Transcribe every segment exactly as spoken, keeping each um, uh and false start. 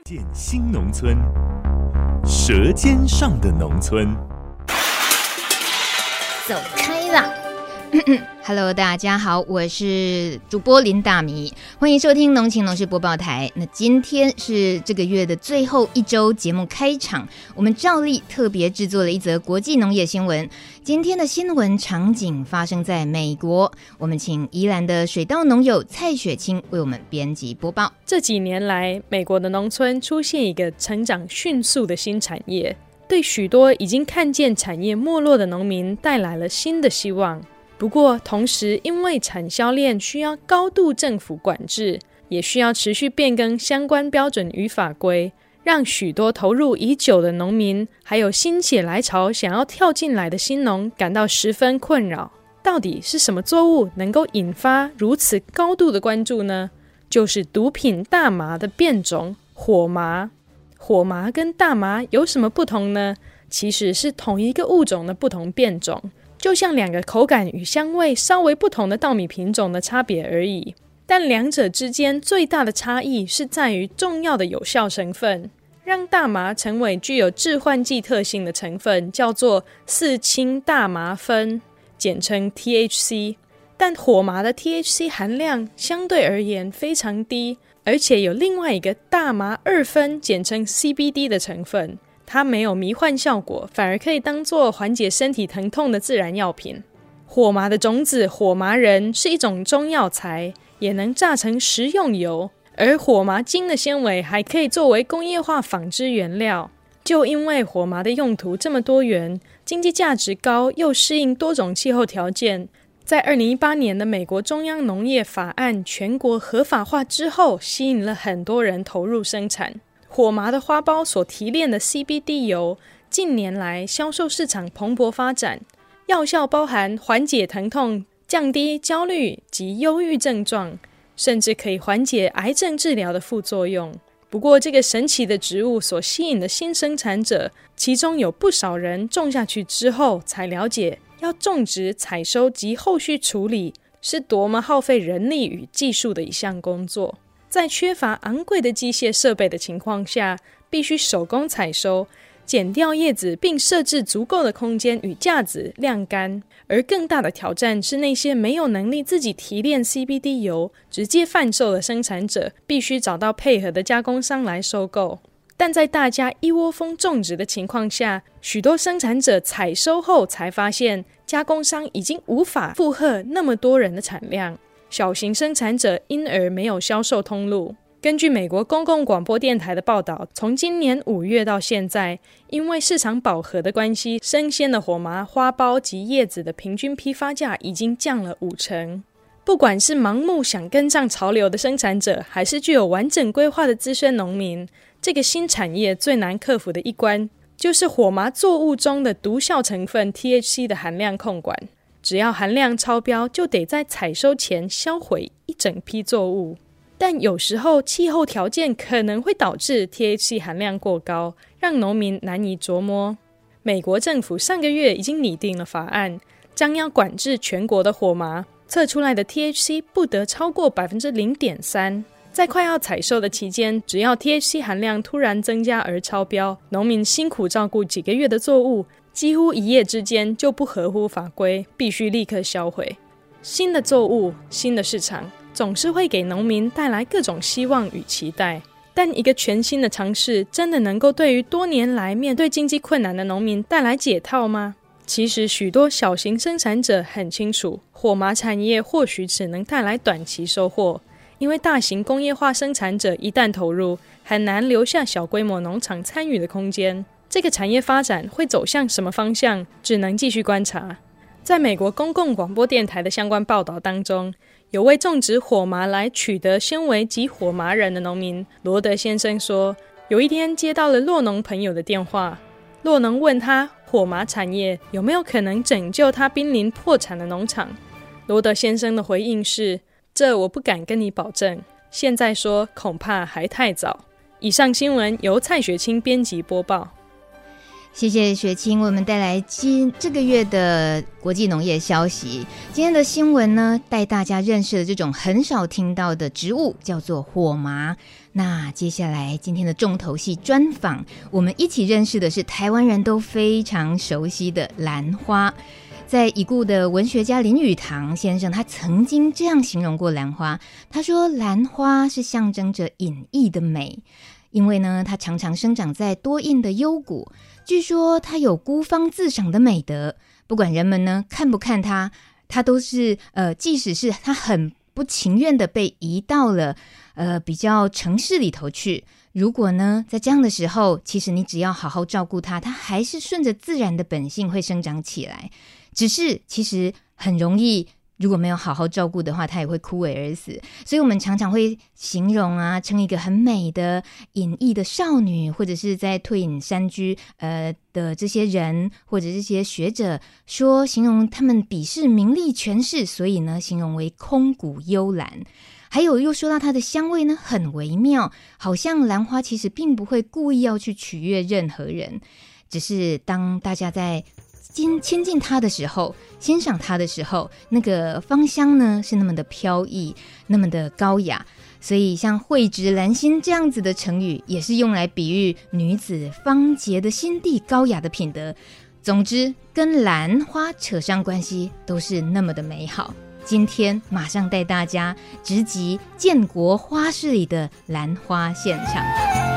建新农村，舌尖上的农村。 走开啦！Hello， 大家好，我是主播林大米，欢迎收听农情农事播报台。那今天是这个月的最后一周节目开场，我们照例特别制作了一则国际农业新闻。今天的新闻场景发生在美国，我们请宜兰的水稻农友蔡雪清为我们编辑播报。 这几年来，美国的农村出现一个成长迅速的新产业，对许多已经看见产业没落的农民带来了新的希望。不过同时，因为产销链需要高度政府管制，也需要持续变更相关标准与法规，让许多投入已久的农民还有心血来潮想要跳进来的新农感到十分困扰。到底是什么作物能够引发如此高度的关注呢？就是毒品大麻的变种火麻。火麻跟大麻有什么不同呢？其实是同一个物种的不同变种，就像两个口感与香味稍微不同的稻米品种的差别而已。但两者之间最大的差异是在于重要的有效成分，让大麻成为具有致幻剂特性的成分叫做四氢大麻酚，简称 T H C。 但火麻的 T H C 含量相对而言非常低，而且有另外一个大麻二酚，简称 C B D 的成分，它没有迷幻效果，反而可以当作缓解身体疼痛的自然药品。火麻的种子火麻仁是一种中药材，也能榨成食用油，而火麻茎的纤维还可以作为工业化纺织原料。就因为火麻的用途这么多元，经济价值高，又适应多种气候条件，在二零一八年的美国中央农业法案全国合法化之后，吸引了很多人投入生产。火麻的花苞所提炼的 C B D 油，近年来销售市场蓬勃发展，药效包含缓解疼痛、降低焦虑及忧郁症状，甚至可以缓解癌症治疗的副作用。不过这个神奇的植物所吸引的新生产者，其中有不少人种下去之后才了解，要种植、采收及后续处理是多么耗费人力与技术的一项工作。在缺乏昂贵的机械设备的情况下，必须手工采收，剪掉叶子，并设置足够的空间与架子晾干。而更大的挑战是那些没有能力自己提炼 C B D 油直接贩售的生产者，必须找到配合的加工商来收购。但在大家一窝蜂种植的情况下，许多生产者采收后才发现，加工商已经无法负荷那么多人的产量，小型生产者因而没有销售通路。根据美国公共广播电台的报道，从今年五月到现在，因为市场饱和的关系，生鲜的火麻花苞及叶子的平均批发价已经降了五成。不管是盲目想跟上潮流的生产者，还是具有完整规划的资深农民，这个新产业最难克服的一关，就是火麻作物中的毒效成分 T H C 的含量控管。只要含量超标，就得在采收前销毁一整批作物。但有时候气候条件可能会导致 T H C 含量过高，让农民难以琢磨。美国政府上个月已经拟定了法案，将要管制全国的火麻，测出来的 T H C 不得超过 百分之零点三。 在快要采收的期间，只要 T H C 含量突然增加而超标，农民辛苦照顾几个月的作物，几乎一夜之间就不合乎法规，必须立刻销毁。新的作物，新的市场，总是会给农民带来各种希望与期待。但一个全新的尝试，真的能够对于多年来面对经济困难的农民带来解套吗？其实许多小型生产者很清楚，火麻产业或许只能带来短期收获，因为大型工业化生产者一旦投入，很难留下小规模农场参与的空间。这个产业发展会走向什么方向，只能继续观察。在美国公共广播电台的相关报道当中，有位种植火麻来取得纤维及火麻仁的农民罗德先生说，有一天接到了酪农朋友的电话，酪农问他火麻产业有没有可能拯救他濒临破产的农场。罗德先生的回应是，这我不敢跟你保证，现在说恐怕还太早。以上新闻由蔡雪清编辑播报。 谢谢雪清为我们带来今这个月的国际农业消息。今天的新闻呢，带大家认识了这种很少听到的植物，叫做火麻。 那接下来今天的重头戏专访，我们一起认识的是台湾人都非常熟悉的兰花。在已故的文学家林语堂先生，他曾经这样形容过兰花，他说兰花是象征着隐逸的美，因为呢它常常生长在多荫的幽谷，据说它有孤芳自赏的美德，不管人们呢看不看它，它都是呃，即使是它很不情愿的被移到了呃比较城市里头去，如果呢在这样的时候，其实你只要好好照顾它，它还是顺着自然的本性会生长起来，只是其实很容易如果没有好好照顾的话，它也会枯萎而死。所以我们常常会形容啊，称一个很美的隐逸的少女，或者是在退隐山居呃的这些人，或者这些学者说，形容他们鄙视名利权势，所以呢形容为空谷幽兰。还有又说到它的香味呢很微妙，好像兰花其实并不会故意要去取悦任何人，只是当大家在亲近它的时候，欣赏它的时候，那个芳香呢是那么的飘逸，那么的高雅，所以像蕙质兰心这样子的成语也是用来比喻女子芳洁的心地，高雅的品德。总之跟兰花扯上关系都是那么的美好。今天马上带大家直击建国花市里的兰花现场。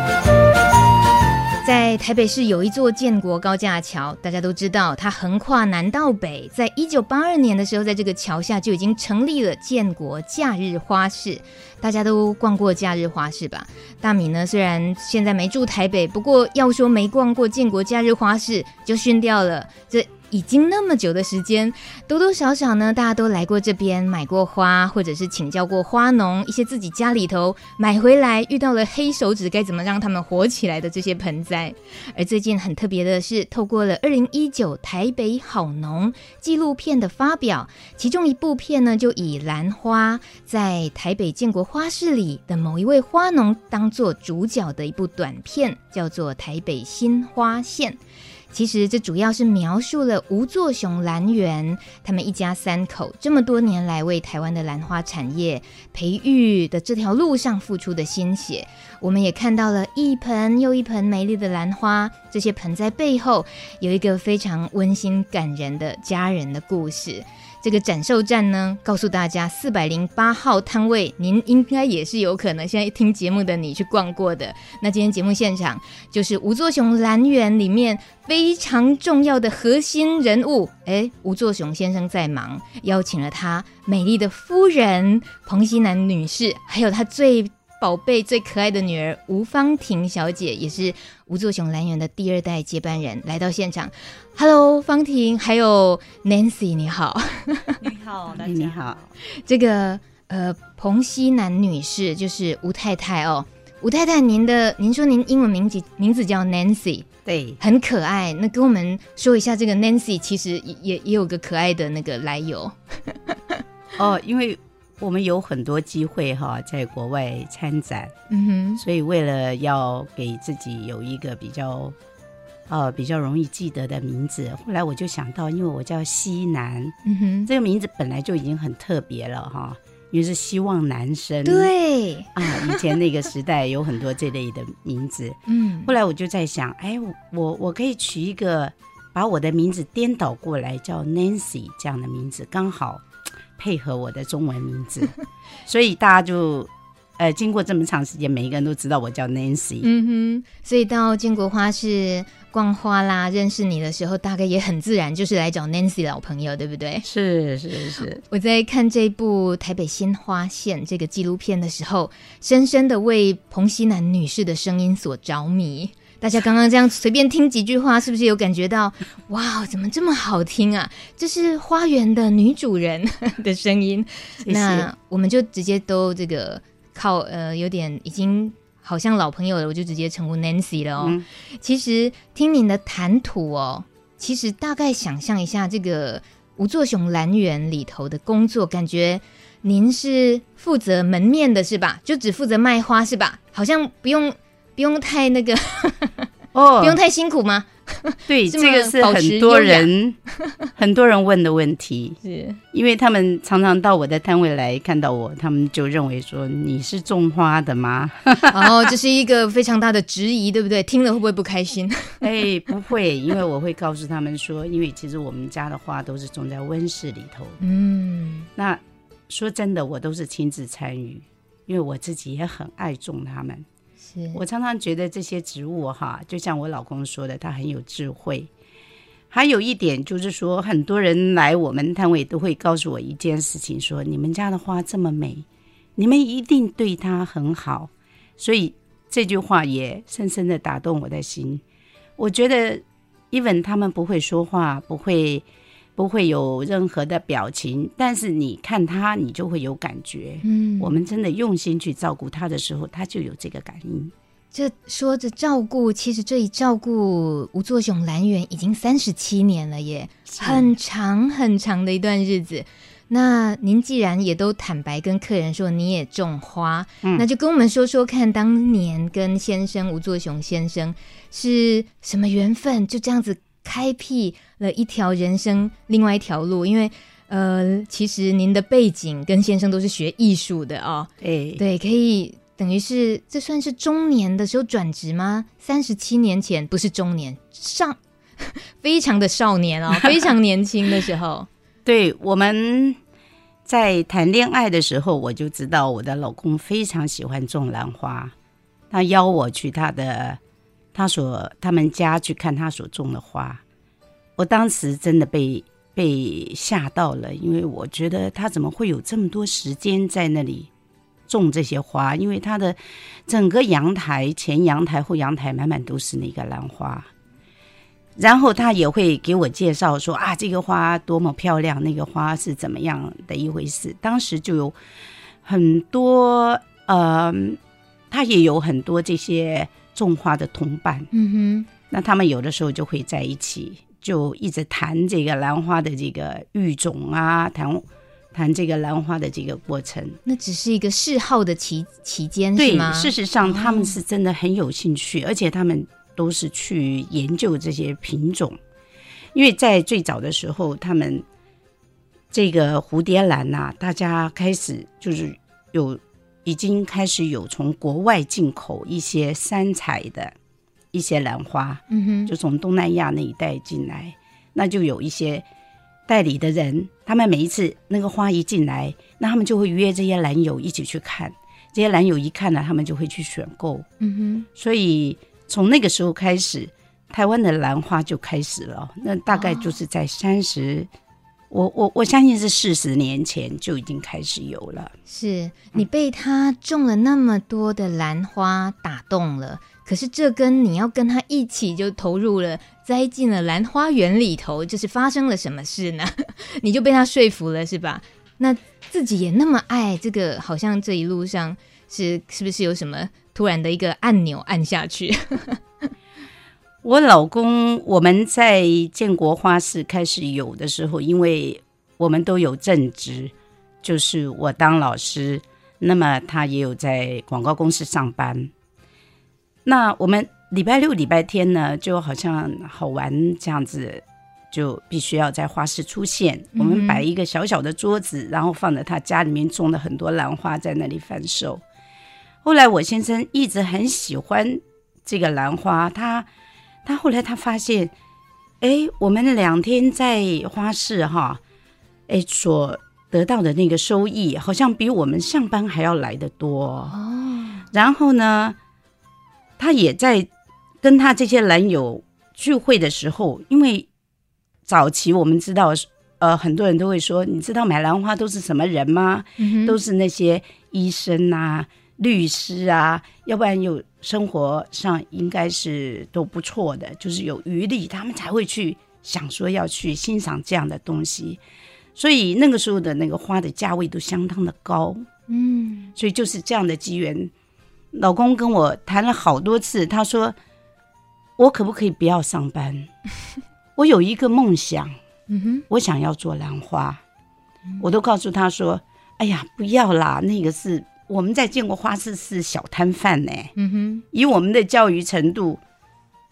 在台北市有一座建国高架桥，大家都知道它横跨南到北，在一九八二年的时候，在这个桥下就已经成立了建国假日花市。大家都逛过假日花市吧？大米呢虽然现在没住台北，不过要说没逛过建国假日花市就逊掉了，这已经那么久的时间，多多少少呢大家都来过这边买过花，或者是请教过花农一些自己家里头买回来遇到了黑手指该怎么让他们活起来的这些盆栽。而最近很特别的是，透过了二零一九台北好农纪录片的发表，其中一部片呢就以兰花在台北建国花市里的某一位花农当作主角的一部短片，叫做台北新花线。其实这主要是描述了吴作雄兰园他们一家三口这么多年来为台湾的兰花产业培育的这条路上付出的心血。我们也看到了一盆又一盆美丽的兰花，这些盆栽背后有一个非常温馨感人的家人的故事。这个展售站呢，告诉大家四百零八号摊位，您应该也是有可能现在听节目的你去逛过的。那今天节目现场就是吴作雄兰园里面非常重要的核心人物，诶，吴作雄先生在忙，邀请了他美丽的夫人彭熙南女士，还有他最宝贝最可爱的女儿吴芳婷小姐，也是吴作雄兰园的第二代接班人，来到现场。 Hello 芳婷，还有 Nancy 你好。 你好，大家你好。 这个呃彭熙南女士就是吴太太哦。吴太太，您的您说您英文名字名字叫 Nancy， 对， 很可爱。那跟我们说一下这个 Nancy 其实也也也有个可爱的那个来由。 哦，因为我们有很多机会哈，在国外参展， 嗯哼， 所以为了要给自己有一个比较呃比较容易记得的名字，后来我就想到，因为我叫西南， 嗯哼， 这个名字本来就已经很特别了哈，因为是希望男生， 对啊，以前那个时代有很多这类的名字， 嗯， 后来我就在想，哎，我我可以取一个把我的名字颠倒过来，叫 Nancy 这样的名字，刚好配合我的中文名字，所以大家就呃，经过这么长时间，每一个人都知道我叫 Nancy。 嗯哼，所以到建国花市逛花啦，认识你的时候，大概也很自然，就是来找 Nancy 老朋友，对不对？ 是是是。 我在看这部《台北新花线》这个纪录片的时候，深深的为彭熙南女士的声音所着迷。大家刚刚这样随便听几句话，是不是有感觉到哇，怎么这么好听啊？这是花园的女主人的声音。谢谢。那我们就直接都这个靠呃，有点已经好像老朋友了，我就直接称呼 Nancy 了哦。嗯、其实听您的谈吐哦，其实大概想象一下这个吴作雄兰园里头的工作，感觉您是负责门面的是吧？就只负责卖花是吧？好像不用。不用太那个哦，不用太辛苦吗？ 对，这个是很多人很多人问的问题， 是因为他们常常到我的摊位来看到我，他们就认为说你是种花的吗？ 哦，这是一个非常大的质疑，对不对？听了会不会不开心？ 哎，不会，因为我会告诉他们说，因为其实我们家的花都是种在温室里头。嗯，那说真的，我都是亲自参与，因为我自己也很爱种它们。我常常觉得这些植物哈，就像我老公说的，他很有智慧。还有一点就是说，很多人来我们摊位都会告诉我一件事情，说你们家的花这么美，你们一定对它很好。所以这句话也深深的打动我的心。我觉得 even 他们不会说话，不会不会有任何的表情，但是你看他你就会有感觉。嗯，我们真的用心去照顾他的时候，他就有这个感应。 这说着照顾，其实这一照顾吴作雄兰园已经三十七年了耶，很长很长的一段日子。那您既然也都坦白跟客人说你也种花、嗯、那就跟我们说说看，当年跟先生吴作雄先生是什么缘分，就这样子开辟了一条人生另外一条路。因为呃，其实您的背景跟先生都是学艺术的哦，对对，可以等于是这算是中年的时候转职吗？三十七年前不是中年，上非常的少年哦，非常年轻的时候。 对，我们在谈恋爱的时候，我就知道我的老公非常喜欢种兰花，他邀我去他的他所他们家去看他所种的花。我当时真的被被吓到了，因为我觉得他怎么会有这么多时间在那里种这些花，因为他的整个阳台前阳台后阳台满满都是那个兰花。然后他也会给我介绍说啊，这个花多么漂亮，那个花是怎么样的一回事。当时就有很多呃，他也有很多这些种花的同伴，嗯哼，那他们有的时候就会在一起，就一直谈这个兰花的这个育种啊，谈谈这个兰花的这个过程。 那只是一个嗜好的期期间是吗？ 对，事实上他们是真的很有兴趣、哦、而且他们都是去研究这些品种。因为在最早的时候，他们这个蝴蝶兰啊，大家开始就是有已经开始有从国外进口一些三彩的一些兰花，嗯哼，就从东南亚那一带进来，那就有一些代理的人，他们每一次那个花一进来，那他们就会约这些兰友一起去看，这些兰友一看了，他们就会去选购，嗯哼，所以从那个时候开始，台湾的兰花就开始了。那大概就是在三十、哦，我我我相信是四十年前就已经开始有了。 是你被他种了那么多的兰花打动了，可是这跟你要跟他一起就投入了，栽进了兰花园里头，就是发生了什么事呢？你就被他说服了，是吧？那自己也那么爱这个，好像这一路上是是不是有什么突然的一个按钮按下去？ 我老公，我们在建国花市开始有的时候，因为我们都有正职，就是我当老师，那么他也有在广告公司上班。那我们礼拜六礼拜天呢，就好像好玩这样子，就必须要在花市出现。我们摆一个小小的桌子，然后放着他家里面种的很多兰花在那里贩售。后来我先生一直很喜欢这个兰花，他他后来他发现，哎，我们两天在花市哈，哎，所得到的那个收益，好像比我们上班还要来得多。哦，然后呢，他也在跟他这些兰友聚会的时候，因为早期我们知道，呃，很多人都会说，你知道买兰花都是什么人吗？嗯、都是那些医生啊、律师啊，要不然有生活上应该是都不错的，就是有余力，他们才会去想说要去欣赏这样的东西。所以那个时候的那个花的价位都相当的高，嗯，所以就是这样的机缘。老公跟我谈了好多次，他说我可不可以不要上班？我有一个梦想，嗯哼，我想要做兰花，嗯，我都告诉他说，哎呀，不要啦，那个是我们在建国花市是小摊贩呢，嗯哼，以我们的教育程度，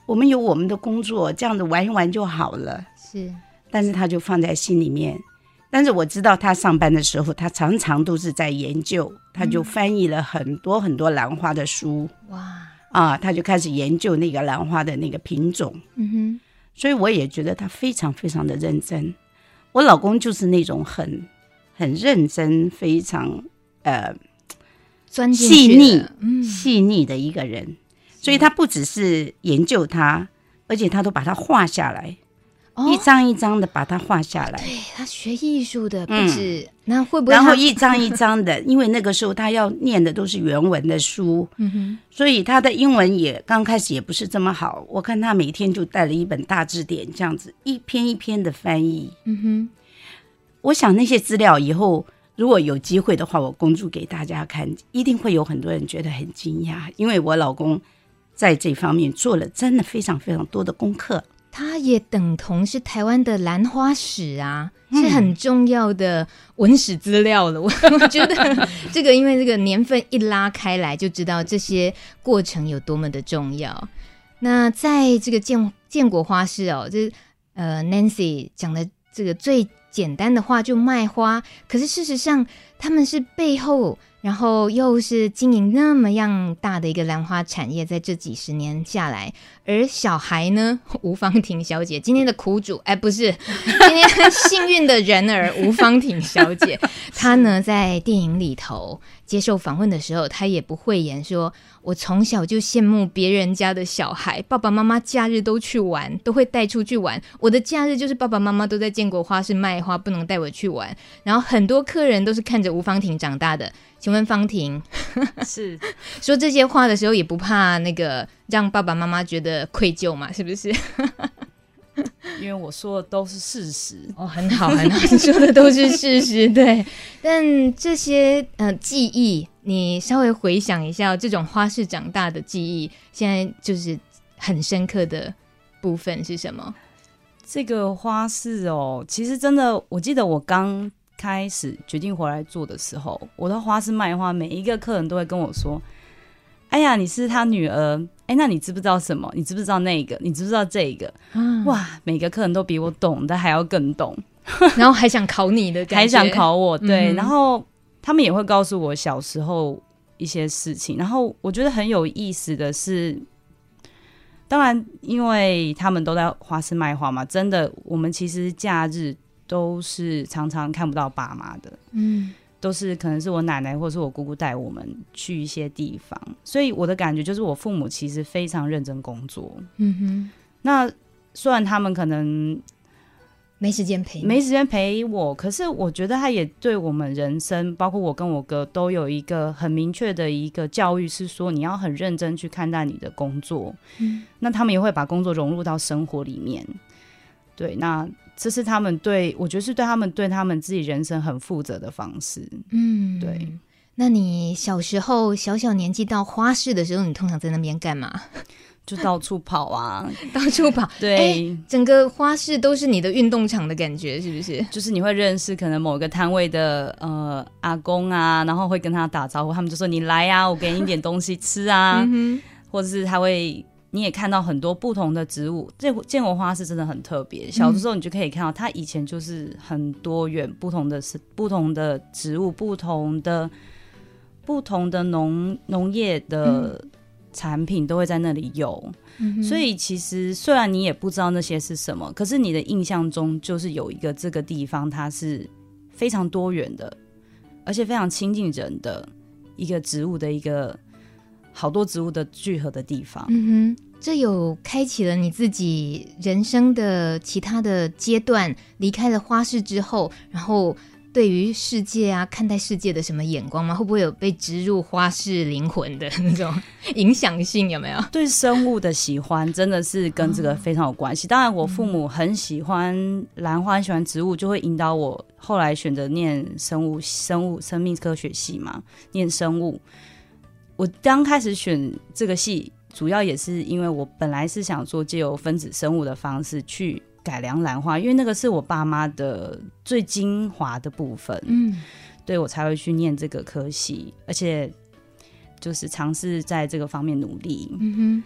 我们有我们的工作，这样子玩一玩就好了。 是， 但是他就放在心里面。但是我知道他上班的时候，他常常都是在研究，他就翻译了很多很多兰花的书。 哇啊，他就开始研究那个兰花的那个品种。 嗯哼， 所以我也觉得他非常非常的认真。我老公就是那种很很认真，非常呃钻进去细腻、 嗯、 细腻的一个人。所以他不只是研究它，而且他都把它画下来。哦、一张一张的把它画下来。 对，他学艺术的不止、嗯、那会不会然后一张一张的因为那个时候他要念的都是原文的书、嗯、哼，所以他的英文也刚开始也不是这么好。我看他每天就带了一本大字典，这样子一篇一篇的翻译。嗯哼，我想那些资料以后如果有机会的话，我公诸给大家看，一定会有很多人觉得很惊讶，因为我老公在这方面做了真的非常非常多的功课。 它也等同是台湾的兰花史啊，嗯、是很重要的文史资料了。我我觉得这个，因为这个年份一拉开来，就知道这些过程有多么的重要。那在这个建建国花市哦，这呃 Nancy 讲的这个最简单的话就卖花，可是事实上他们是背后。然后又是经营那么样大的一个兰花产业，在这几十年下来，而小孩呢，吴芳婷小姐今天的苦主，哎，不是今天幸运的人儿吴芳婷小姐，她呢在电影里头接受访问的时候，她也不讳言说，我从小就羡慕别人家的小孩，爸爸妈妈假日都去玩，都会带出去玩，我的假日就是爸爸妈妈都在建国花市卖花，不能带我去玩，然后很多客人都是看着吴芳婷长大的。请问芳婷是说这些话的时候也不怕那个让爸爸妈妈觉得愧疚嘛？是不是？ 因为我说的都是事实哦，很好很好，你说的都是事实，对。但这些呃记忆，你稍微回想一下，这种花市长大的记忆，现在就是很深刻的部分是什么？ 这个花市哦，其实真的，我记得我刚开始决定回来做的时候，我的花市卖花，每一个客人都会跟我说：“哎呀，你是他女儿，哎，那你知不知道什么？你知不知道那个？你知不知道这个？”嗯、哇，每个客人都比我懂，但还要更懂， 然后还想考你的感觉， 还想考我，对、嗯。然后他们也会告诉我小时候一些事情，然后我觉得很有意思的是。当然因为他们都在花市卖花嘛，真的我们其实假日都是常常看不到爸妈的，嗯，都是可能是我奶奶或是我姑姑带我们去一些地方，所以我的感觉就是我父母其实非常认真工作，嗯哼。那虽然他们可能没时间陪没时间陪我，可是我觉得他也对我们人生，包括我跟我哥都有一个很明确的一个教育，是说你要很认真去看待你的工作，嗯，那他们也会把工作融入到生活里面，对，那这是他们对我觉得是对他们对他们自己人生很负责的方式，嗯，对。 那你小时候小小年纪到花市的时候，你通常在那边干嘛？ 就到处跑啊， 到处跑， 对、 欸，整个花市都是你的运动场的感觉，是不是？ 就是你会认识可能某个摊位的呃阿公啊，然后会跟他打招呼，他们就说你来啊，我给你一点东西吃啊，嗯、或者是他会，你也看到很多不同的植物。这建国花市真的很特别，小的时候你就可以看到，它以前就是很多元不同的不同的植物，不同的不同的农农业的。嗯产品都会在那里有、嗯、所以其实虽然你也不知道那些是什么，可是你的印象中就是有一个这个地方它是非常多元的，而且非常亲近人的一个植物的一个好多植物的聚合的地方。 嗯哼，这有开启了你自己人生的其他的阶段，离开了花市之后，然后对于世界啊，看待世界的什么眼光吗？会不会有被植入花式灵魂的那种影响性？有没有？ 对生物的喜欢真的是跟这个非常有关系、哦、当然我父母很喜欢兰花，很喜欢植物，就会引导我后来选择念生物生物生命科学系嘛，念生物。我刚开始选这个系主要也是因为我本来是想说借由分子生物的方式去改良兰花，因为那个是我爸妈的最精华的部分，嗯，对，我才会去念这个科系，而且就是尝试在这个方面努力。 嗯哼，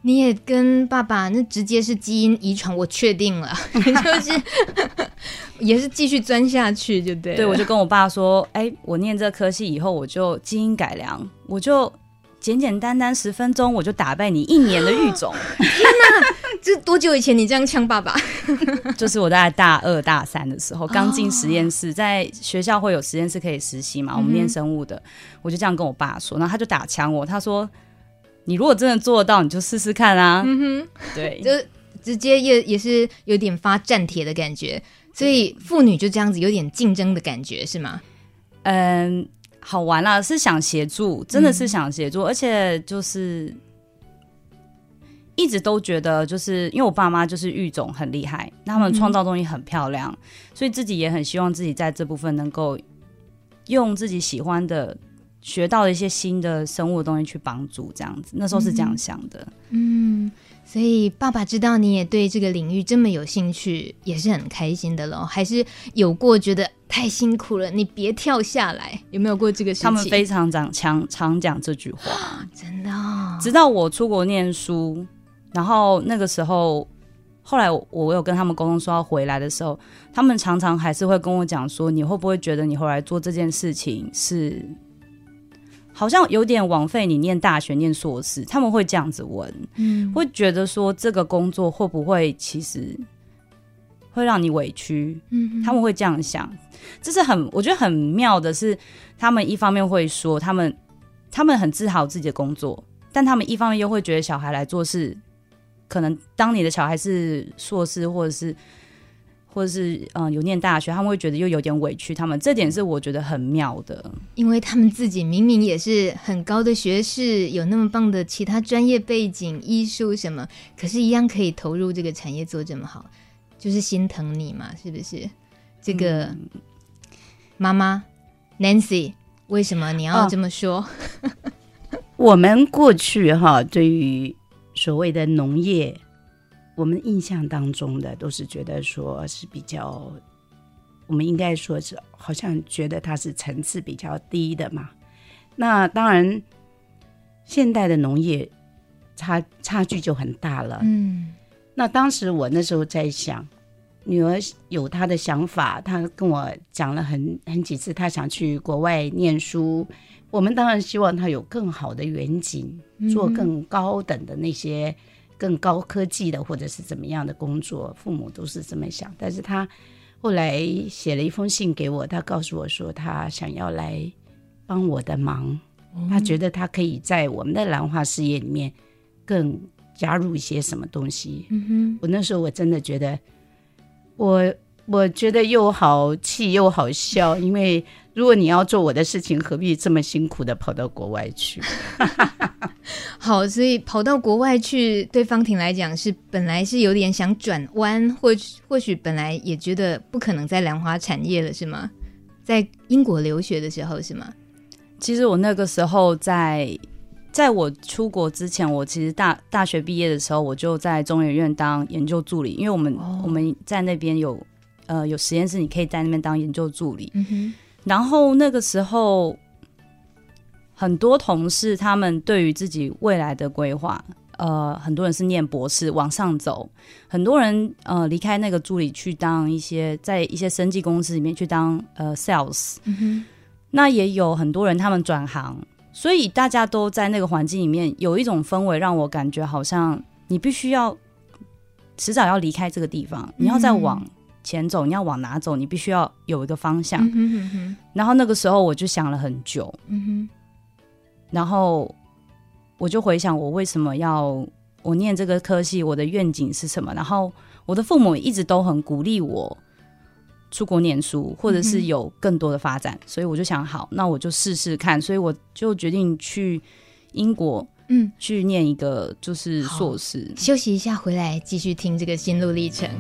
你也跟爸爸那直接是基因遗传，我确定了，就是也是继续钻下去，就对了。 对，我就跟我爸说，哎、欸，我念这科系以后，我就基因改良，我就简简单单十分钟，我就打败你一年的育种。 天哪，这多久以前你这样呛爸爸？ 就是我大概大二大三的时候，刚进实验室，在学校会有实验室可以实习嘛，我们念生物的，我就这样跟我爸说，然后他就打枪我，他说你如果真的做得到，你就试试看啊。嗯哼，对， 就直接也也是有点发战帖的感觉，所以父女就这样子有点竞争的感觉是吗？ 嗯，好玩啦，是想协助，真的是想协助、嗯、而且就是一直都觉得，就是因为我爸妈就是育种很厉害，他们创造东西很漂亮、嗯、所以自己也很希望自己在这部分能够用自己喜欢的学到的一些新的生物的东西去帮助，这样子，那时候是这样想的。 嗯，所以爸爸知道你也对这个领域这么有兴趣，也是很开心的咯。还是有过觉得太辛苦了，你别跳下来，有没有过这个事情？ 他们非常常常常讲这句话， 真的哦。 直到我出国念书，然后那个时候，后来 我, 我有跟他们沟通说要回来的时候，他们常常还是会跟我讲说，你会不会觉得你回来做这件事情是好像有点枉费你念大学念硕士，他们会这样子问、嗯、会觉得说这个工作会不会其实会让你委屈、嗯、他们会这样想。这是很我觉得很妙的是，他们一方面会说他们他们很自豪自己的工作，但他们一方面又会觉得小孩来做事，可能当你的小孩是硕士或者是或者是、呃、有念大学，他们会觉得又有点委屈他们，这点是我觉得很妙的。 因为他们自己明明也是很高的学士，有那么棒的其他专业背景，艺术什么，可是一样可以投入这个产业做这么好，就是心疼你嘛，是不是？这个妈妈、嗯、Nancy 为什么你要这么说、哦、 我们过去哈，对于所谓的农业，我们印象当中的都是觉得说是比较，我们应该说是好像觉得它是层次比较低的嘛。那当然现代的农业差差距就很大了。嗯，那当时我那时候在想，女儿有她的想法，她跟我讲了很很几次，她想去国外念书，我们当然希望她有更好的远景，做更高等的那些更高科技的或者是怎么样的工作，父母都是这么想。但是他后来写了一封信给我，他告诉我说他想要来帮我的忙、嗯、他觉得他可以在我们的兰花事业里面更加入一些什么东西、嗯哼、我那时候我真的觉得我我觉得又好气又好笑，因为如果你要做我的事情，何必这么辛苦的跑到国外去？ 好，所以跑到国外去对方婷来讲是本来是有点想转弯，或或许本来也觉得不可能在兰花产业了，是吗？在英国留学的时候是吗？ 其实我那个时候在在我出国之前，我其实大大学毕业的时候，我就在中研院当研究助理，因为我们、哦、我们在那边有呃有实验室，你可以在那边当研究助理、嗯哼。然后那个时候很多同事他们对于自己未来的规划，呃，很多人是念博士往上走，很多人呃离开那个助理去当一些在一些生技公司里面去当呃 sales、嗯哼。那也有很多人他们转行，所以大家都在那个环境里面有一种氛围，让我感觉好像你必须要迟早要离开这个地方，你要再往前走，你要往哪走，你必须要有一个方向、嗯哼哼哼。然后那个时候我就想了很久、嗯哼，然后我就回想我为什么要我念这个科系，我的愿景是什么。然后我的父母一直都很鼓励我出国念书，或者是有更多的发展、嗯、所以我就想好，那我就试试看，所以我就决定去英国嗯，去念一个就是硕士。 休息一下回来继续听这个心路历程。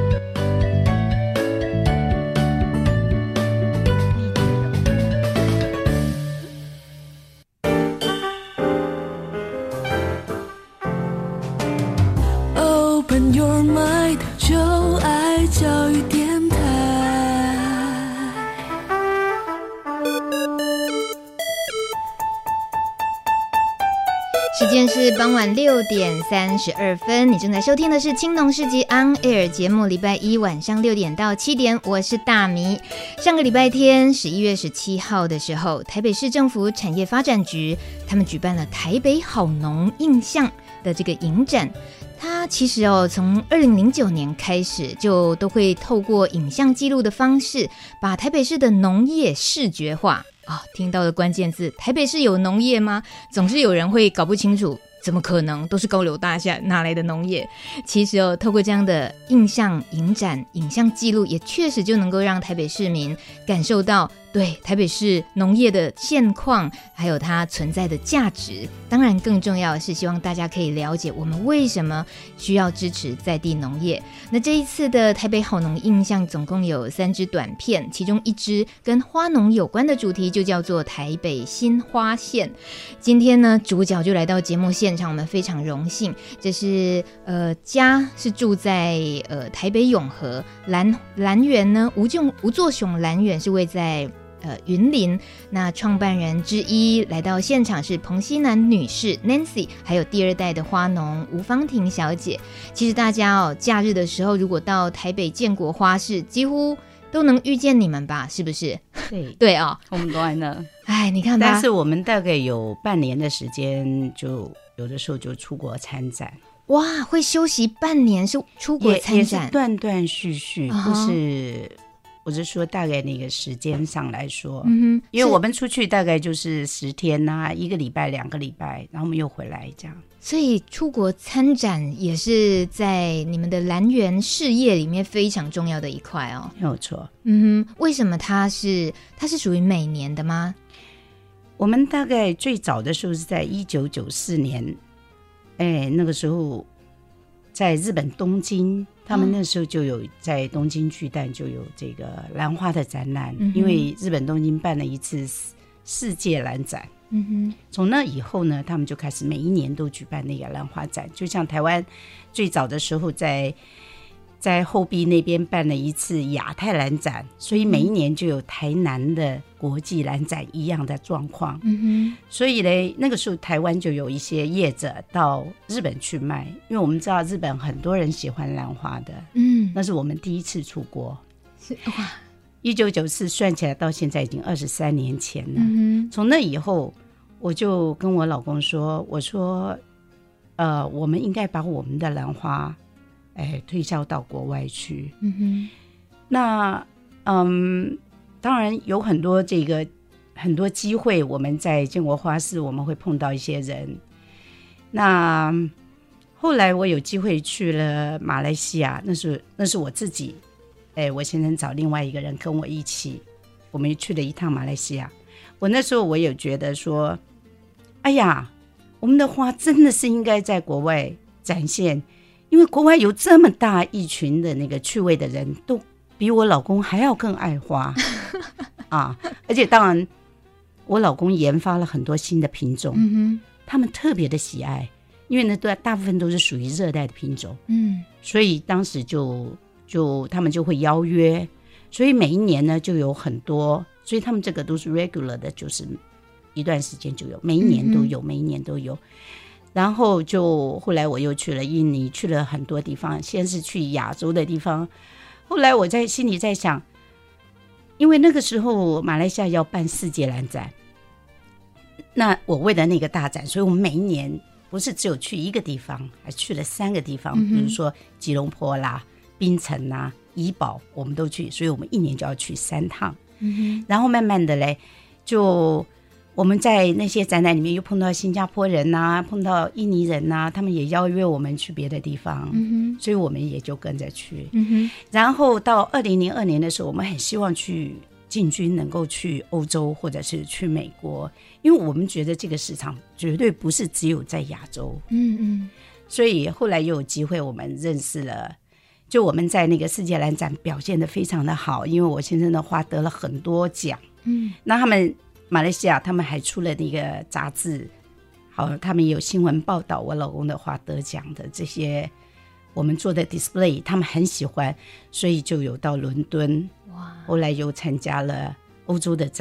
Open your mind， 就爱教育电台。 时间是傍晚六点三十二分，你正在收听的是青农市集 On Air 节目，礼拜一晚上六点到七点，我是大米。上个礼拜天十一月十七号的时候，台北市政府产业发展局他们举办了台北好农印象的这个影展。它其实哦，从二零零九年开始就都会透过影像记录的方式，把台北市的农业视觉化。啊、哦，听到的关键字，台北市有农业吗？总是有人会搞不清楚，怎么可能？都是高楼大厦，哪来的农业？其实哦，透过这样的印象影展、影像记录，也确实就能够让台北市民感受到对台北市农业的现况，还有它存在的价值。当然，更重要的是希望大家可以了解我们为什么需要支持在地农业。那这一次的台北好农印象总共有三支短片，其中一支跟花农有关的主题就叫做台北新花县。今天呢，主角就来到节目现场，我们非常荣幸。这是呃家是住在呃台北永和，兰兰园呢吴仲吴作雄兰园是位在呃云林。那创办人之一来到现场是彭西南女士 Nancy， 还有第二代的花农吴芳婷小姐。其实大家哦，假日的时候如果到台北建国花市，几乎都能遇见你们吧？是不是？ 对对哦， 我们都在那。 哎，你看吧。 但是我们大概有半年的时间，就有的时候就出国参展。 哇，会休息半年是出国参展？ 也, 也是断断续续， uh-huh. 不是。我是说大概那个时间上来说， 嗯哼， 因为我们出去大概就是十天啊，一个礼拜两个礼拜，然后我们又回来这样。 所以出国参展也是在你们的兰园事业里面非常重要的一块哦。 没有错。 嗯哼，为什么它是它是属于每年的吗？ 我们大概最早的时候是在一九九四年，哎，那个时候在日本东京，他们那时候就有在东京巨蛋就有这个兰花的展览，嗯、因为日本东京办了一次世界兰展。 嗯哼， 从那以后呢，他们就开始每一年都举办那个兰花展，就像台湾最早的时候在在后壁那边办了一次亚太兰展，所以每一年就有台南的国际兰展一样的状况。 嗯哼， 所以呢，那个时候台湾就有一些业者到日本去卖，因为我们知道日本很多人喜欢兰花的。 嗯， 那是我们第一次出国。 是哇， 一九九四算起来到现在已经二十三年前了。 嗯哼， 从那以后，我就跟我老公说，我说，呃，我们应该把我们的兰花。哎，推销到国外去。 嗯哼， 那嗯，当然有很多这个很多机会，我们在建国花市我们会碰到一些人。那后来我有机会去了马来西亚，那是那是我自己，哎，我先生找另外一个人跟我一起，我们去了一趟马来西亚。我那时候我有觉得说，哎呀，我们的花真的是应该在国外展现。因为国外有这么大一群的那个趣味的人，都比我老公还要更爱花啊！而且当然，我老公研发了很多新的品种， 嗯哼， 他们特别的喜爱，因为呢，大部分都是属于热带的品种， 嗯， 所以当时就就他们就会邀约，所以每一年呢就有很多，所以他们这个都是 regular 的，就是一段时间就有，每一年都有，嗯、每一年都有。然后就后来我又去了印尼，去了很多地方，先是去亚洲的地方，后来我在心里在想，因为那个时候马来西亚要办世界兰展，那我为了那个大展，所以我们每一年不是只有去一个地方，还去了三个地方，比如说吉隆坡啦、槟城啦、怡保，我们都去，所以我们一年就要去三趟。 嗯、 然后慢慢的嘞，就我们在那些展览里面又碰到新加坡人啊，碰到印尼人啊，他们也邀约我们去别的地方， 嗯、 所以我们也就跟着去。 嗯、 然后到二零零二年的时候，我们很希望去进军，能够去欧洲或者是去美国，因为我们觉得这个市场绝对不是只有在亚洲。 嗯嗯， 所以后来又有机会，我们认识了。就我们在那个世界兰展表现得非常的好，因为我先生的花得了很多奖。 嗯， 那他们马来西亚他们还出了那个杂志，好，他们有新闻报道我老公的花得奖的这些我们做的 display， 他们很喜欢，所以就有到伦敦， 哇， 后来又参加了欧洲的展。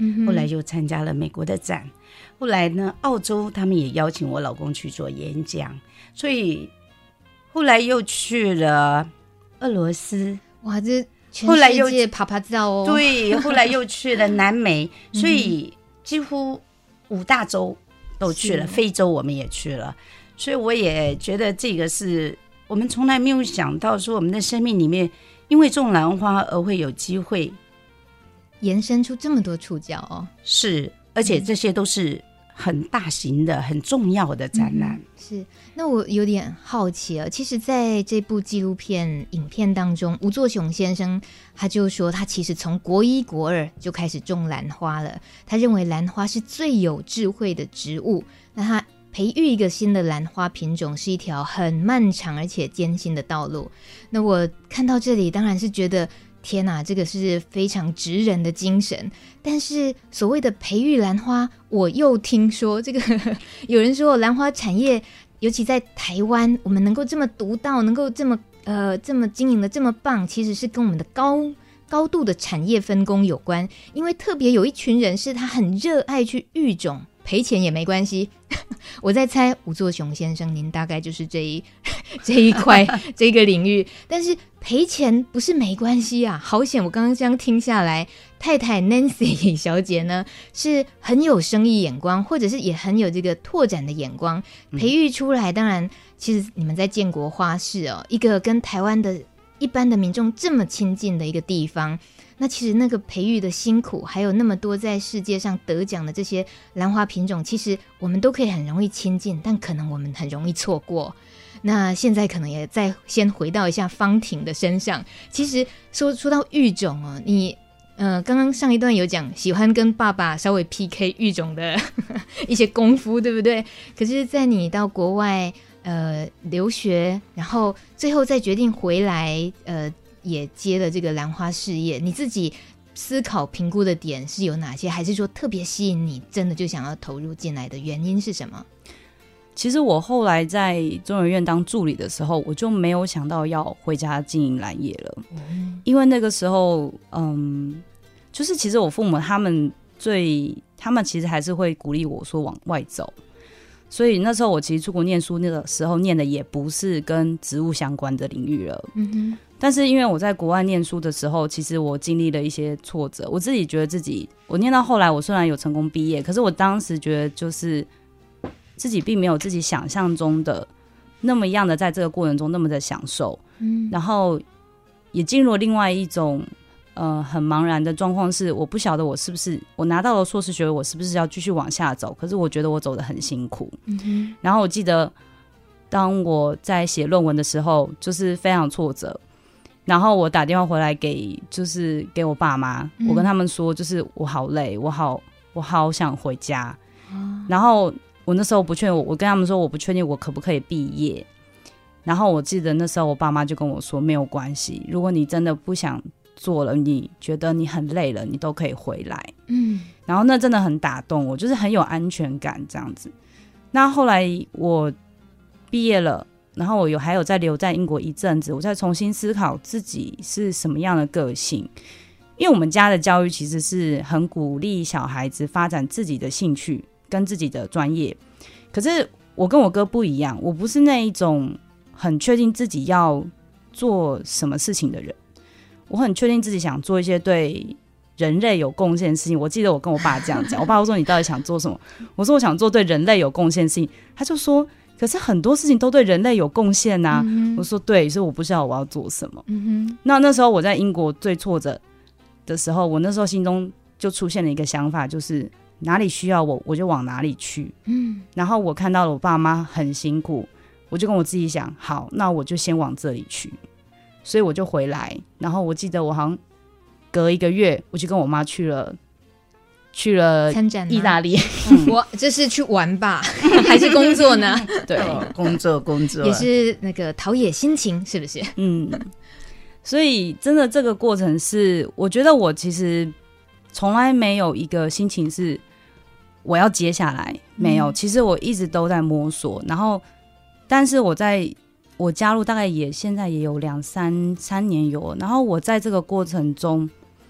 嗯、后来又参加了美国的展，后来呢澳洲他们也邀请我老公去做演讲，所以后来又去了俄罗斯， 哇，这全世界啪啪照哦。 对，后来又去了南美，所以几乎五大洲都去了，非洲我们也去了，所以我也觉得这个是我们从来没有想到说我们的生命里面因为种兰花而会有机会延伸出这么多触角哦。 是，而且这些都是很大型的很重要的展览、嗯、 是。那我有点好奇啊，其实在这部纪录片影片当中，吴作雄先生他就说他其实从国一国二就开始种兰花了，他认为兰花是最有智慧的植物，那他培育一个新的兰花品种是一条很漫长而且艰辛的道路。那我看到这里当然是觉得天哪，这个是非常职人的精神。但是所谓的培育兰花，我又听说这个呵呵有人说兰花产业尤其在台湾，我们能够这么独到，能够这么呃这么经营的这么棒，其实是跟我们的高高度的产业分工有关。因为特别有一群人是他很热爱去育种，赔钱也没关系。我在猜吴作雄先生您大概就是这一这一块这个领域，但是赔钱不是没关系啊，好险我刚刚这样听下来，太太 Nancy 小姐呢是很有生意眼光，或者是也很有这个拓展的眼光，培育出来、嗯、当然其实你们在建国花市哦，一个跟台湾的一般的民众这么亲近的一个地方，那其实那个培育的辛苦，还有那么多在世界上得奖的这些兰花品种，其实我们都可以很容易亲近，但可能我们很容易错过。那现在可能也再先回到一下方婷的身上，其实说说到育种哦，你呃刚刚上一段有讲喜欢跟爸爸稍微 P K 育种的一些功夫，对不对？可是在你到国外呃留学，然后最后再决定回来呃也接了这个兰花事业，你自己思考评估的点是有哪些？还是说特别吸引你真的就想要投入进来的原因是什么？ 其实我后来在中研院当助理的时候，我就没有想到要回家经营兰业了、嗯、因为那个时候嗯，就是其实我父母他们最他们其实还是会鼓励我说往外走，所以那时候我其实出国念书那个时候念的也不是跟植物相关的领域了、嗯哼，但是因为我在国外念书的时候，其实我经历了一些挫折，我自己觉得自己我念到后来我虽然有成功毕业，可是我当时觉得就是自己并没有自己想象中的那么样的在这个过程中那么的享受、嗯、然后也进入了另外一种呃很茫然的状况，是我不晓得我是不是我拿到了硕士学位，我是不是要继续往下走，可是我觉得我走得很辛苦、嗯、然后我记得当我在写论文的时候就是非常挫折，然后我打电话回来给就是给我爸妈、嗯、我跟他们说就是我好累，我好我好想回家、哦、然后我那时候不确定，我跟他们说我不确定我可不可以毕业，然后我记得那时候我爸妈就跟我说没有关系，如果你真的不想做了，你觉得你很累了，你都可以回来。嗯，然后那真的很打动我，就是很有安全感这样子。那后来我毕业了，然后我有还有再留在英国一阵子，我再重新思考自己是什么样的个性，因为我们家的教育其实是很鼓励小孩子发展自己的兴趣跟自己的专业，可是我跟我哥不一样，我不是那一种很确定自己要做什么事情的人，我很确定自己想做一些对人类有贡献的事情。我记得我跟我爸这样讲，我爸说你到底想做什么？我说我想做对人类有贡献的事情，他就说可是很多事情都对人类有贡献啊、嗯、我说对，所以我不知道我要做什么、嗯、那那时候我在英国最挫折的时候，我那时候心中就出现了一个想法，就是哪里需要我我就往哪里去、嗯、然后我看到了我爸妈很辛苦，我就跟我自己想好，那我就先往这里去，所以我就回来。然后我记得我好像隔一个月我就跟我妈去了去了意大利、 嗯、我这是去玩吧还是工作呢？ 对、哦、工作工作也是那个陶冶心情是不是？ 嗯，所以真的这个过程是我觉得我其实从来没有一个心情是我要接下来，没有、嗯、其实我一直都在摸索，然后但是我在我加入大概也现在也有两三三年有，然后我在这个过程中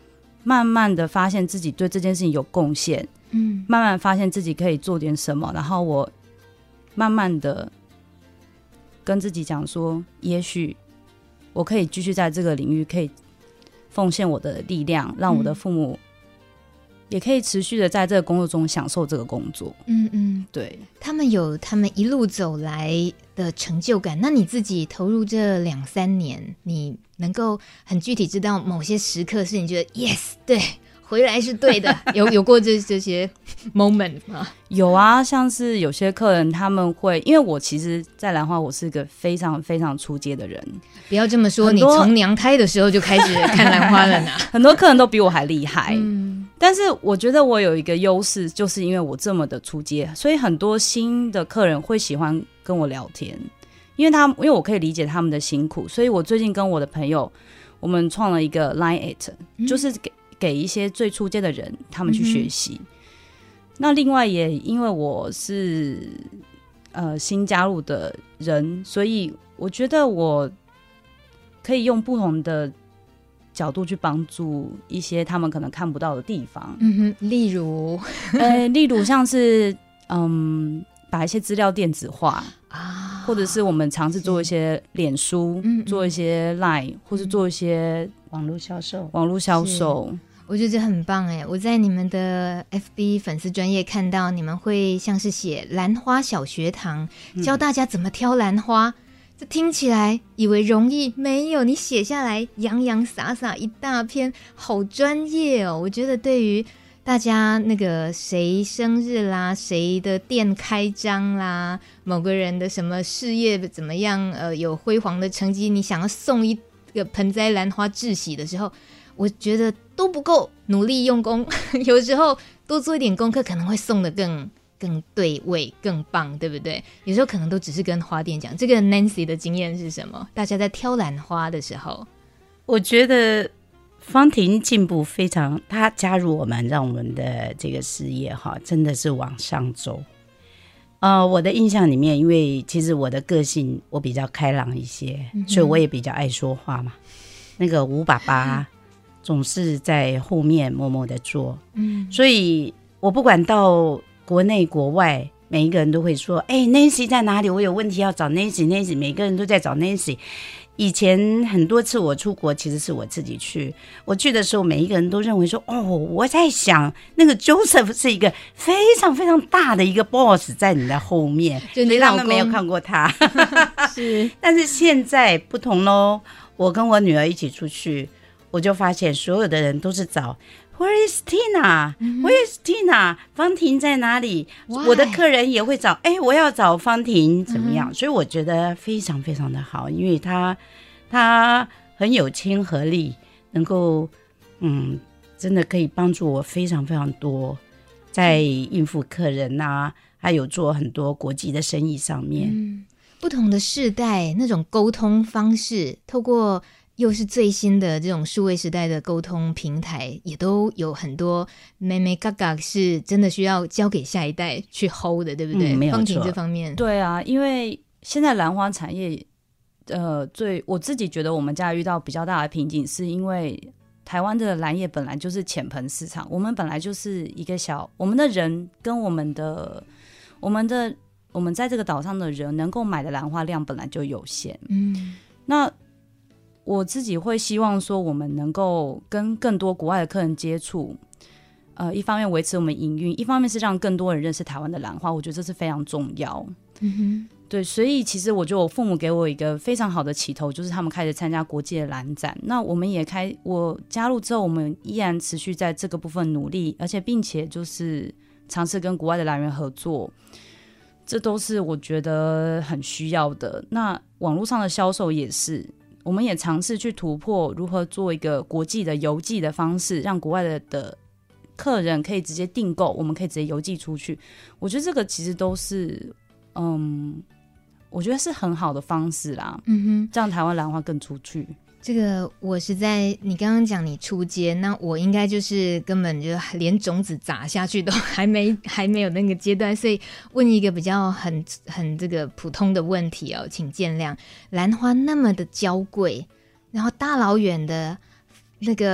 慢慢的发现自己对这件事情有贡献， 嗯， 慢慢发现自己可以做点什么，然后我慢慢的跟自己讲说，也许我可以继续在这个领域可以奉献我的力量，让我的父母也可以持续的在这个工作中享受这个工作。 嗯嗯， 对， 他们有他们一路走来的成就感。那你自己投入这两三年，你能够很具体知道某些时刻是你觉得 yes 对回来是对的，有有过这这些 moment 吗？ 有啊，像是有些客人他们会，因为我其实在兰花我是个非常非常出街的人， 不要这么说，你从娘胎的时候就开始看兰花了呢。 很多客人都比我还厉害， 嗯， 但是我觉得我有一个优势，就是因为我这么的出街，所以很多新的客人会喜欢跟我聊天，因为他因为我可以理解他们的辛苦，所以我最近跟我的朋友，我们创了一个 Line at，、嗯、就是给给一些最初阶的人他们去学习。嗯、那另外也因为我是呃新加入的人，所以我觉得我可以用不同的角度去帮助一些他们可能看不到的地方。 嗯哼，例如， 呃，例如像是嗯，把一些资料电子化啊，或者是我们尝试做一些脸书，嗯嗯做一些 Line， 或是做一些网络销售， 网络销售。 我觉得这很棒哎！我在你们的 F B 粉丝专页看到你们会像是写兰花小学堂，教大家怎么挑兰花。嗯，这听起来以为容易，没有，你写下来洋洋洒洒一大篇，好专业哦！我觉得对于大家那个谁生日啦，谁的店开张啦，某个人的什么事业怎么样，呃，有辉煌的成绩，你想要送一个盆栽兰花致喜的时候，我觉得都不够努力用功，有时候多做一点功课可能会送得更更对味更棒，对不对？有时候可能都只是跟花店讲。这个 Nancy 的经验是什么？大家在挑兰花的时候， 我觉得芳婷进步非常，她加入我们，让我们的这个事业哈真的是往上走。呃，我的印象里面，因为其实我的个性我比较开朗一些，嗯、所以我也比较爱说话嘛。那个吴爸爸总是在后面默默的做，嗯，所以我不管到国内国外，每一个人都会说，哎、欸、Nancy 在哪里？我有问题要找 Nancy Nancy， 每个人都在找 Nancy。以前很多次我出国其实是我自己去，我去的时候每一个人都认为说，哦，我在想那个 Joseph 是一个非常非常大的一个 boss 在你的后面，所以他们没有看过他。 是， 但是现在不同咯，我跟我女儿一起出去，我就发现所有的人都是找Where is Tina? Where is Tina? 芳婷在哪里？ Why? 我的客人也会找，哎，我要找芳婷怎么样？ uh-huh. 所以我觉得非常非常的好，因为他他很有亲和力，能够嗯，真的可以帮助我非常非常多，在应付客人啊，还有做很多国际的生意上面。 嗯，不同的世代那种沟通方式，透过又是最新的这种数位时代的沟通平台，也都有很多妹妹嘎嘎是真的需要交给下一代去 hold 的，对不对？ 嗯，没有错。 芳婷这方面， 对啊，因为现在兰花产业，呃，最我自己觉得我们家遇到比较大的瓶颈，是因为台湾的兰业本来就是浅盆市场，我们本来就是一个小，我们的人跟我们的我们的我们在这个岛上的人能够买的兰花量本来就有限，嗯，那我自己会希望说我们能够跟更多国外的客人接触，呃，一方面维持我们营运，一方面是让更多人认识台湾的兰花，我觉得这是非常重要。嗯哼，对，所以其实我觉得我父母给我一个非常好的起头，就是他们开始参加国际的兰展，那我们也开，我加入之后我们依然持续在这个部分努力，而且并且就是尝试跟国外的兰园合作，这都是我觉得很需要的。那网络上的销售也是，我们也尝试去突破如何做一个国际的邮寄的方式，让国外 的, 的客人可以直接订购，我们可以直接邮寄出去。我觉得这个其实都是嗯，我觉得是很好的方式啦，嗯哼，这样台湾兰花更出去。 这个我实在，你刚刚讲你出街，那我应该就是根本就连种子砸下去都还没还没有那个阶段，所以问一个比较很很这个普通的问题哦，请见谅。兰花那么的娇贵，然后大老远的那个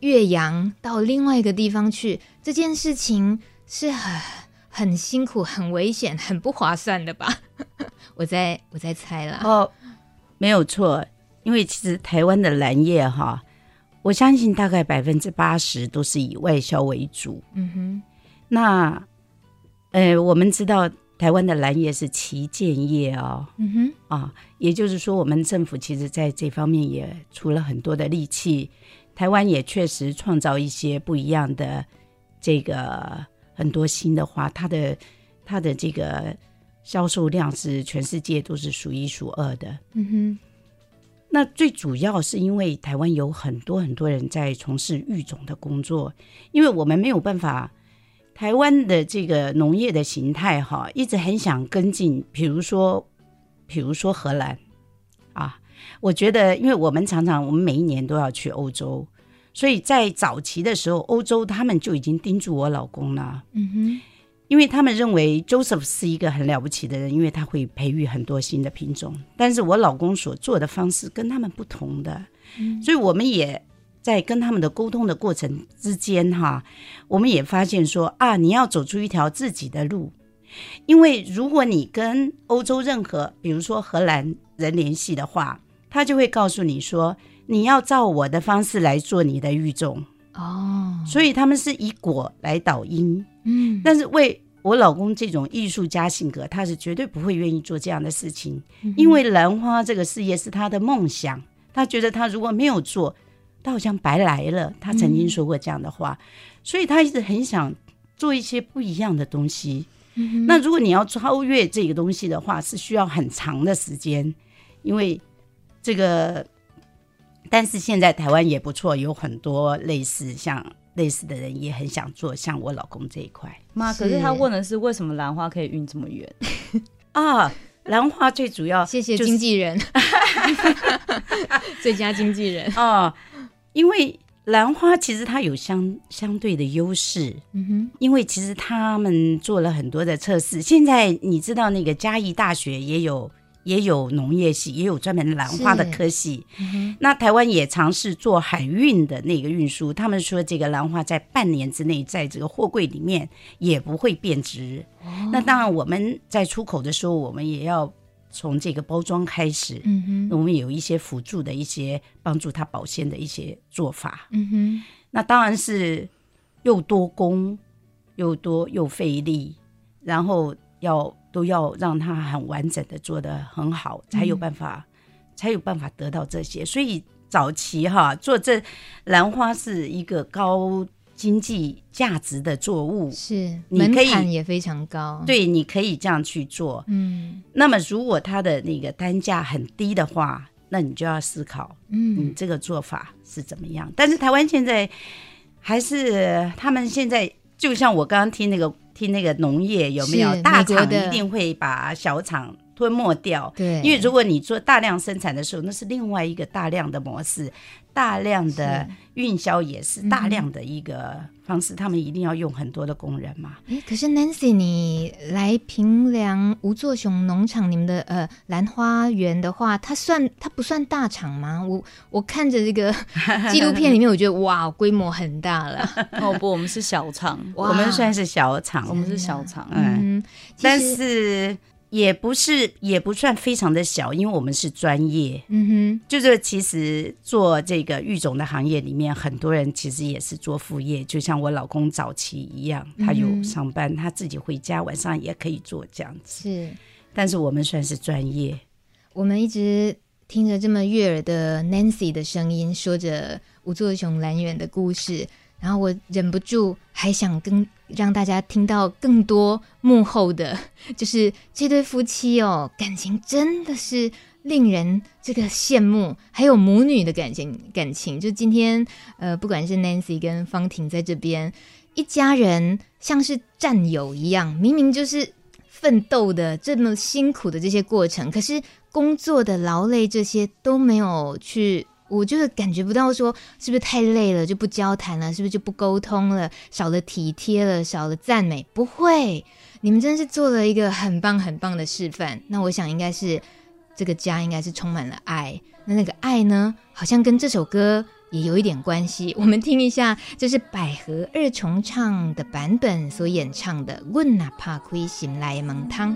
越洋到另外一个地方去，这件事情是很很辛苦、很危险、很不划算的吧？我在我在猜啦。 哦，没有错，因为其实台湾的蓝叶哈，我相信大概百分之八十都是以外销为主。 嗯哼， 那呃，我们知道台湾的蓝叶是旗舰叶哦， 嗯哼， 啊，也就是说，我们政府其实在这方面也出了很多的力气。台湾也确实创造一些不一样的这个很多新的花，它的它的这个销售量是全世界都是数一数二的。 嗯哼， 那最主要是因为台湾有很多很多人在从事育种的工作，因为我们没有办法，台湾的这个农业的形态哈，一直很想跟进，比如说比如说荷兰啊，我觉得因为我们常常我们每一年都要去欧洲，所以在早期的时候欧洲他们就已经叮嘱我老公了。 嗯哼， 因为他们认为 Joseph 是一个很了不起的人，因为他会培育很多新的品种，但是我老公所做的方式跟他们不同的、嗯、所以我们也在跟他们的沟通的过程之间哈，我们也发现说啊，你要走出一条自己的路。因为如果你跟欧洲任何比如说荷兰人联系的话，他就会告诉你说你要照我的方式来做你的育种哦， 所以他们是以果来导因。 嗯， 但是为我老公这种艺术家性格，他是绝对不会愿意做这样的事情、嗯、因为兰花这个事业是他的梦想，他觉得他如果没有做他好像白来了，他曾经说过这样的话、嗯、所以他一直很想做一些不一样的东西、嗯、那如果你要超越这个东西的话是需要很长的时间，因为这个但是现在台湾也不错，有很多类似像类似的人也很想做像我老公这一块。 妈，可是他问的是为什么兰花可以运这么远啊？兰花最主要、 就是、谢谢经纪人最佳经纪人哦，因为兰花其实它有相相对的优势、嗯哼，因为其实他们做了很多的测试，现在你知道那个嘉义大学也有也有农业系，也有专门兰花的科系、嗯、那台湾也尝试做海运的那个运输，他们说这个兰花在半年之内在这个货柜里面也不会变质、哦、那当然我们在出口的时候我们也要从这个包装开始、嗯、哼，我们有一些辅助的一些帮助它保鲜的一些做法、嗯哼，那当然是又多工又多又费力，然后要都要让它很完整的做得很好，才有办法、嗯、才有办法得到这些。所以早期哈做这兰花是一个高经济价值的作物， 是你可以门槛也非常高， 对，你可以这样去做。嗯，那么如果它的那个单价很低的话，那你就要思考，嗯，你这个做法是怎么样。但是台湾现在还是他们现在就像我刚刚听那个听那个农业有没有大厂一定会把小厂吞没掉， 对， 因为如果你做大量生产的时候那是另外一个大量的模式，大量的运销也是大量的一个方式、嗯、他们一定要用很多的工人嘛。 诶，可是 Nancy 你来平凉吴作雄农场你们的呃兰花园的话，它算它不算大厂吗？我我看着这个纪录片里面我觉得哇规模很大了哦不，我们是小厂我们算是小厂， 我们是小厂， 嗯，但是也不是也不算非常的小，因为我们是专业，嗯哼，就是其实做这个育种的行业里面很多人其实也是做副业，就像我老公早期一样，他有上班、嗯、他自己回家晚上也可以做这样子， 是， 但是我们算是专业。 我们一直听着这么悦耳的 Nancy 的声音，说着吴作雄兰园的故事，然后我忍不住还想跟让大家听到更多幕后的，就是这对夫妻哦，感情真的是令人这个羡慕，还有母女的感情感情。就今天呃，不管是 Nancy 跟方婷在这边，一家人像是战友一样，明明就是奋斗的这么辛苦的这些过程，可是工作的劳累这些都没有去。我就是感觉不到说是不是太累了就不交谈了，是不是就不沟通了，少了体贴了，少了赞美，不会，你们真是做了一个很棒很棒的示范。那我想应该是这个家应该是充满了爱，那那个爱呢好像跟这首歌也有一点关系。我们听一下，这是百合二重唱的版本所演唱的《阮哪怕开心来门汤》。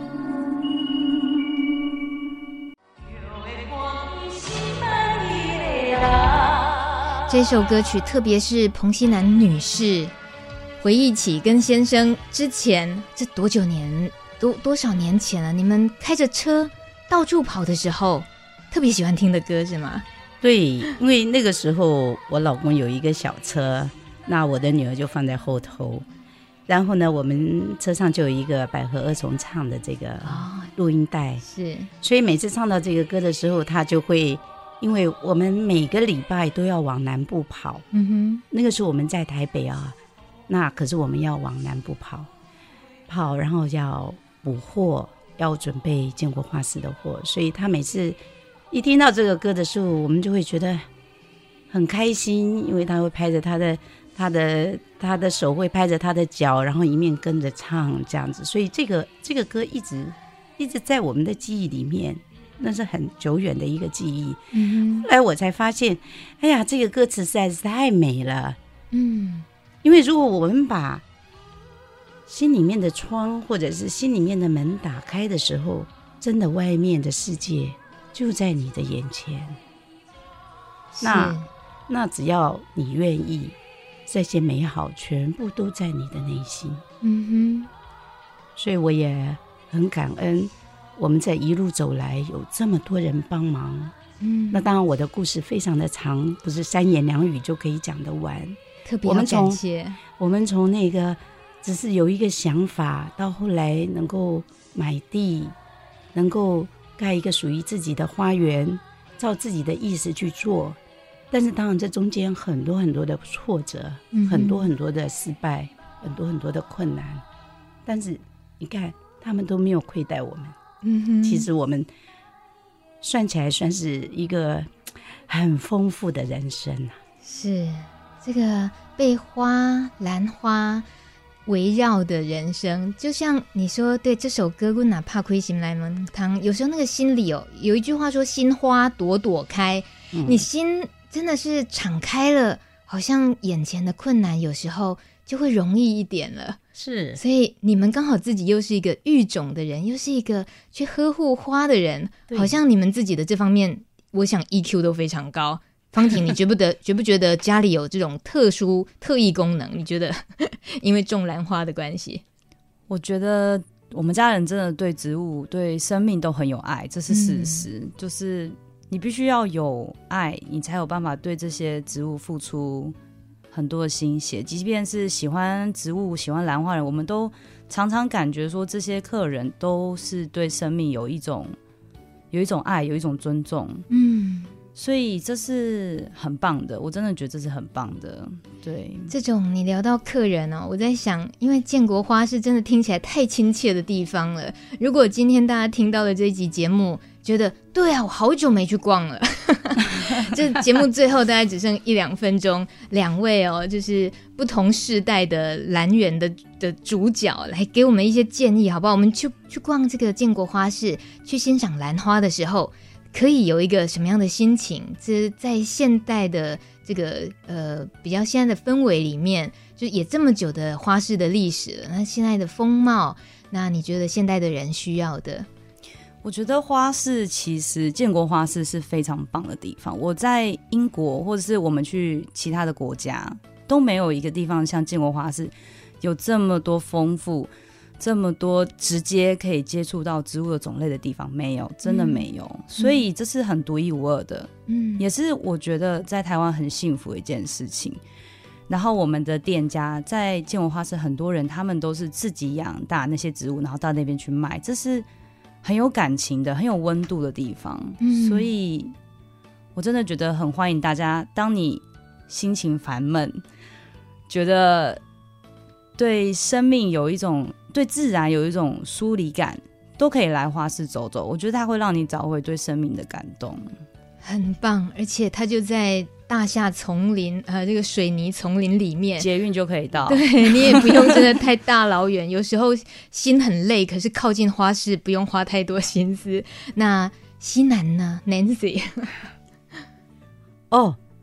这首歌曲，特别是彭熙南女士回忆起跟先生之前，这多久年多多少年前了？你们开着车到处跑的时候，特别喜欢听的歌是吗？ 对，因为那个时候我老公有一个小车，那我的女儿就放在后头，然后呢，我们车上就有一个百合二重唱的这个录音带， 哦、是， 所以每次唱到这个歌的时候，他就会。因为我们每个礼拜都要往南部跑，嗯哼，那个时候我们在台北啊，那可是我们要往南部跑，跑然后要补货，要准备建国花市的货，所以他每次一听到这个歌的时候，我们就会觉得很开心，因为他会拍着他的他的他的手会拍着他的脚，然后一面跟着唱这样子，所以这个这个歌一直一直在我们的记忆里面。那是很久远的一个记忆，嗯，后来我才发现，哎呀，这个歌词实在是太美了，嗯，因为如果我们把心里面的窗或者是心里面的门打开的时候，真的外面的世界就在你的眼前，那那只要你愿意，这些美好全部都在你的内心，嗯哼，所以我也很感恩。我们这一路走来有这么多人帮忙，嗯，那当然我的故事非常的长，不是三言两语就可以讲得完。 特别要感谢我们从那个只是有一个想法，到后来能够买地，能够盖一个属于自己的花园，照自己的意思去做。但是当然这中间很多很多的挫折，嗯，很多很多的失败，很多很多的困难，但是你看他们都没有亏待我们。嗯哼，其实我们算起来算是一个很丰富的人生啊。 是这个被花兰花围绕的人生，就像你说，对这首歌，阮哪怕开心来门汤，有时候那个心里哦，有一句话说，心花朵朵开，嗯，你心真的是敞开了，好像眼前的困难有时候就会容易一点了。 是， 所以你们刚好自己又是一个育种的人，又是一个去呵护花的人，好像你们自己的这方面，我想 E Q 都非常高。方婷，你觉不得觉不觉得家里有这种特殊特异功能？你觉得因为种兰花的关系？ 我觉得我们家人真的对植物、对生命都很有爱，这是事实。嗯，就是你必须要有爱，你才有办法对这些植物付出很多的心血，即便是喜欢植物喜欢兰花人，我们都常常感觉说这些客人都是对生命有一种有一种爱，有一种尊重，嗯，所以这是很棒的，我真的觉得这是很棒的。对， 这种你聊到客人哦，我在想，因为建国花是真的听起来太亲切的地方了，如果今天大家听到了这一集节目觉得对啊，我好久没去逛了这节目最后大概只剩一两分钟，两位哦，就是不同世代的兰园的的主角来给我们一些建议好不好？我们去去逛这个建国花市，去欣赏兰花的时候可以有一个什么样的心情？这在现代的这个呃比较现在的氛围里面，就也这么久的花市的历史了，那现在的风貌，那你觉得现代的人需要的？ 我觉得花市其实建国花市是非常棒的地方，我在英国或者是我们去其他的国家都没有一个地方像建国花市有这么多丰富这么多直接可以接触到植物的种类的地方，没有，真的没有，嗯，所以这是很独一无二的，嗯，也是我觉得在台湾很幸福的一件事情。然后我们的店家在建国花市，很多人他们都是自己养大那些植物，然后到那边去卖，这是很有感情的很有温度的地方，嗯，所以我真的觉得很欢迎大家，当你心情烦闷，觉得对生命有一种对自然有一种疏离感，都可以来花市走走，我觉得它会让你找回对生命的感动， 很棒。而且它就在大夏丛林呃，这个水泥丛林里面， 捷运就可以到， 对，你也不用真的太大老远有时候心很累，可是靠近花市不用花太多心思。那西南呢 Nancy 哦，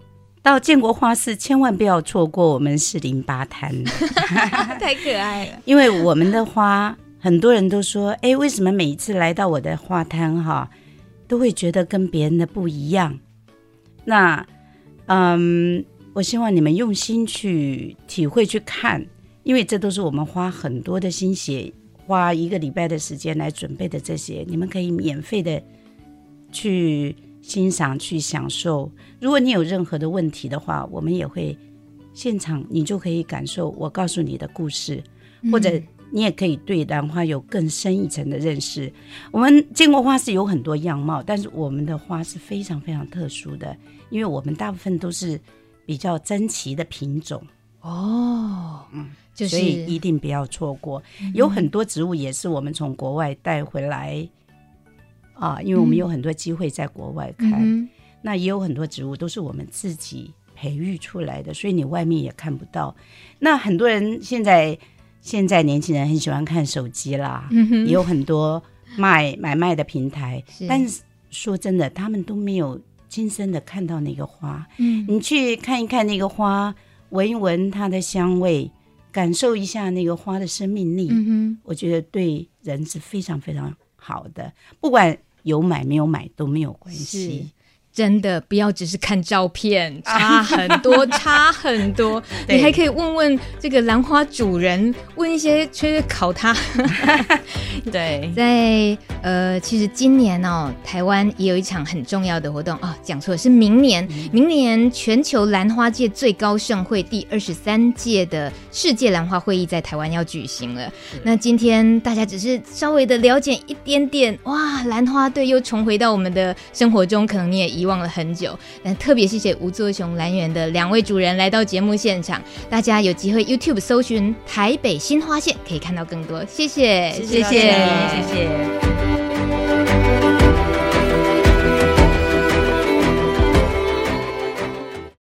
到建国花市千万不要错过我们士林八摊， 太可爱了。 因为我们的花，很多人都说，哎，为什么每一次来到我的花摊哈，都会觉得跟别人的不一样？那，嗯，我希望你们用心去体会去看，因为这都是我们花很多的心血，花一个礼拜的时间来准备的这些，你们可以免费的去欣赏去享受。如果你有任何的问题的话，我们也会现场，你就可以感受我告诉你的故事，或者你也可以对兰花有更深一层的认识。我们建国花市有很多样貌，但是我们的花是非常非常特殊的，因为我们大部分都是比较珍奇的品种哦，嗯，就是所以一定不要错过。嗯、有很多植物也是我们从国外带回来啊，因为我们有很多机会在国外看、嗯、那也有很多植物都是我们自己培育出来的，所以你外面也看不到。那很多人现在现在年轻人很喜欢看手机啦、嗯、也有很多卖买卖的平台，但是说真的他们都没有亲身的看到那个花、嗯、你去看一看那个花，闻一闻它的香味，感受一下那个花的生命力、嗯、我觉得对人是非常非常好的，不管有买没有买都没有关系。 真的不要只是看照片，差很多差很多你还可以问问这个兰花主人，问一些去考他对， 在呃，其实今年哦，台湾也有一场很重要的活动哦，讲错了，是明年、嗯、明年全球兰花界最高盛会第二十三届的世界兰花会议在台湾要举行了。那今天大家只是稍微的了解一点点，哇，兰花队又重回到我们的生活中，可能你也遗忘了很久。但特别谢谢吴作雄兰园的两位主人来到节目现场，大家有机会 YouTube 搜寻台北新花线可以看到更多。谢谢， 谢谢，谢谢。